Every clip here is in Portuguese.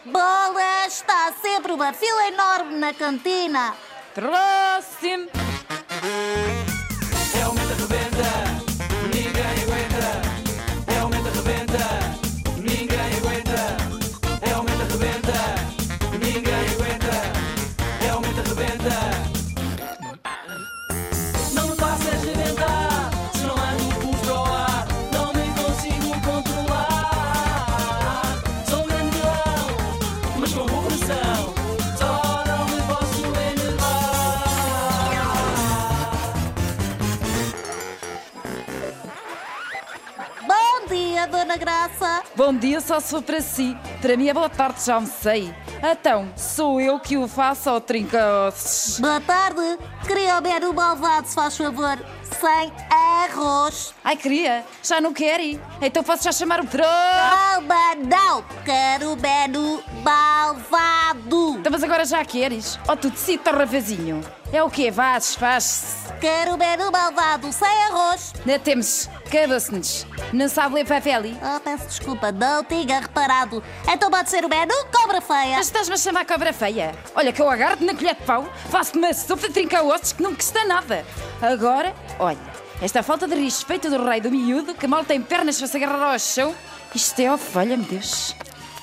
Bolas, está sempre uma fila enorme na cantina. Próximo. É aumenta, rebenta, ninguém aguenta. É aumenta, rebenta, ninguém aguenta. É aumenta, rebenta, ninguém aguenta. É aumenta, rebenta. Não me faças rebentar, se não há impulso para o ar, não me consigo controlar. Sou um grande vilão, mas com bom coração, só não me posso enervar. Bom dia, Dona Graça. Bom dia só se for para si. Para mim é boa tarde, já almocei. Então, sou eu que o faço ao trinca-ossos. Boa tarde. Queria o menu malvado, se faz favor. Sem arroz. Ai, queria. Já não quero ir. Então posso já chamar o patrão. Calma, não. Quero o menu malvado. Então, mas agora já queres? Oh, tu decide, rapazinho. É o quê? Faz-se. Quero o menu malvado, sem arroz. Não temos. Acabou-se-nos. Não sabe ler papel? Peço desculpa, não tinha reparado. Então pode ser o menu cobra feia. Mas estás-me a chamar cobra feia? Olha que eu agarro-te na colher de pau, faço-te uma sopa de trinca-ossos que não custa nada. Agora, olha, esta falta de respeito do rei do miúdo, que mal tem pernas para se agarrar ao chão, isto é ovelha, meu Deus.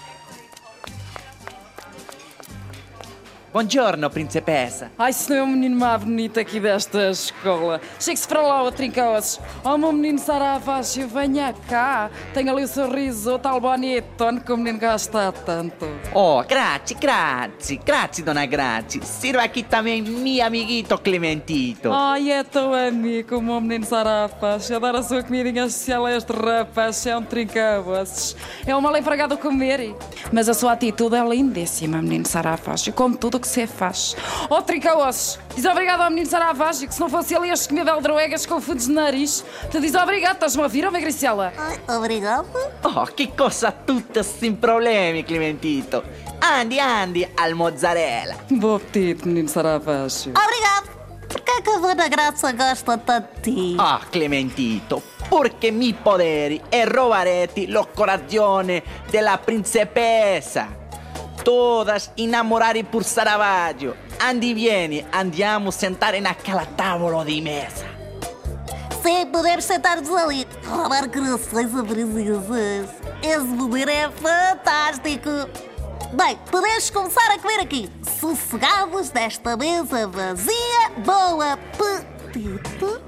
Buongiorno, principessa. Ai, se não é o menino mais bonito aqui desta escola. Chegue-se para lá, o trinca-ossos. Oh, meu menino Saravaggio, venha cá. Tenha ali o sorriso, o tal bonitone que o menino gasta tanto. Oh, grazie, dona Grazie. Sirva aqui também meu amiguito Clementito. Ai, é tão amigo o meu menino Saravaggio. A dar a sua comidinha especial a este rapaz. É um trinca-ossos. É um mal empregado a comer. Mas a sua atitude é lindíssima, menino Saravaggio. Como tudo o que você faz. Oh, trinca-ossos, diz obrigado ao menino Saravaggio, que se não fosse ele este comer beldroegas com fundos de nariz. Tu diz obrigado, estás-me a ouvir, ou Magricela? Ai, obrigado. Oh, que cosa tutta sem problemi, Clementito. Andi, al mozzarella. Bom apetite, menino Saravaggio. Obrigado. Por que é que a Dona Graça gosta tanto de ti? Ah, Clementito, porque mi poderi è robaretti lo coragione della principessa. Todas innamorate por Saravaggio. Andi, vieni, andiamo a sentare naquela tavola di mesa. Sim, podemos sentar-nos ali. Roubar corações a princesas. Esse modelo é fantástico. Bem, podemos começar a comer aqui. Sossegados nesta mesa vazia. Bom apetite.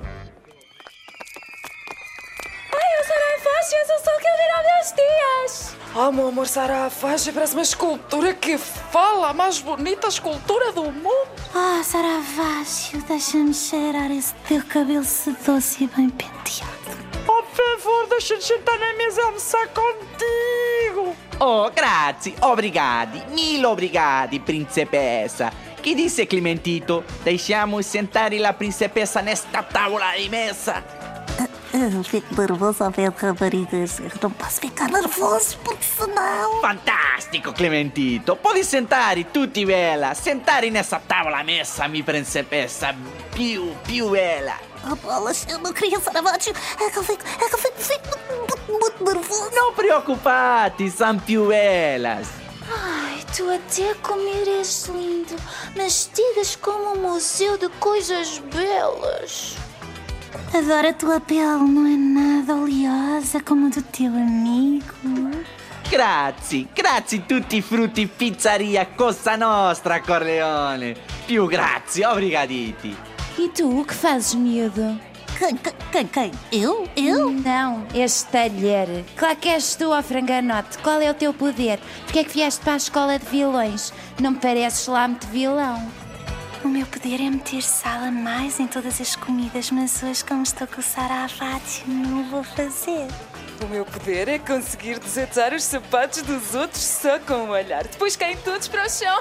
Ai, o Saravaggio, eu sou o que eu vi há meus dias. Oh, meu amor, Saravaggio, parece uma escultura que fala. A mais bonita escultura do mundo. Ah, Saravaggio, deixa-me cheirar esse teu cabelo sedoso e bem penteado. Por favor, deixa-me sentar na mesa e almoçar contigo. Oh, grazie, obrigati, mille obrigati, principessa. Che disse Clementito? Deixiamo sentare la principessa nesta tavola di mesa. Eu fico nervoso ao ver raparigas. Eu não posso ficar nervoso, porque senão... Fantastico, Clementito. Pode sentare tutti bella. Sentare nessa tavola messa, mi principessa. Più bella. Oh, bolas, eu não queria Saravaggio. É que eu fico muito nervoso. Non preoccupati, são più bellas. Ai, tu até comer és lindo, mastigas como um museu de coisas belas. Adoro a tua pele, não é nada oleosa como a do teu amigo. Grazie, tutti i frutti pizzeria Cosa Nostra, Corleone. Più grazie, obrigaditi. E tu, o que fazes, miúdo? Quem? Eu? Não, este talher. Claro que és tu, ó franganote. Qual é o teu poder? Porquê é que vieste para a escola de vilões? Não me pareces lá muito vilão. O meu poder é meter sal a mais em todas as comidas, mas hoje, como estou com o Saravaggio, não o vou fazer. O meu poder é conseguir desatar os sapatos dos outros só com um olhar. Depois caem todos para o chão.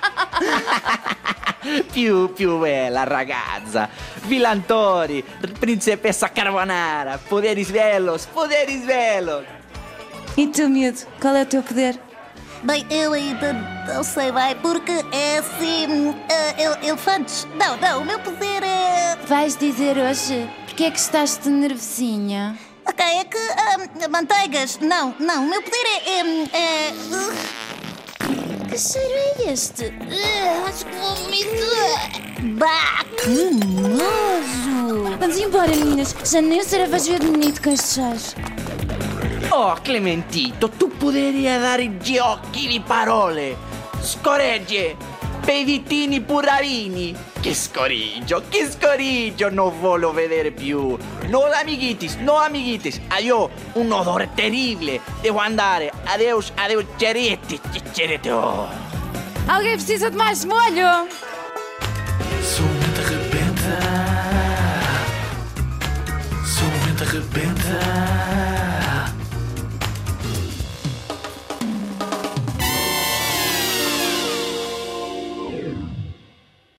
più bella ragazza. Vilantori, principessa Carbonara. Poderes velos. E tu, miúdo, qual é o teu poder? Bem, eu ainda não sei bem, porque é assim... elefantes. Não, o meu poder é... Vais dizer hoje? Porquê é que estás de nervosinha? Ok, é que... manteigas. Não, o meu poder é... Que cheiro é este? Acho que vou vomitar. Bah, que nojo! Vamos embora, meninas. Já nem o Sarafaz veio de bonito com estes chás. Oh, Clementito, tu poderias dar gli occhi di parole. Scoregge, peditini puravini. Che scoriggio, non voglio vedere più. No amiguitis, adiós, un odore terribile. Devo andare, adeus, cerete, oh. Alguém precisa de mais molho?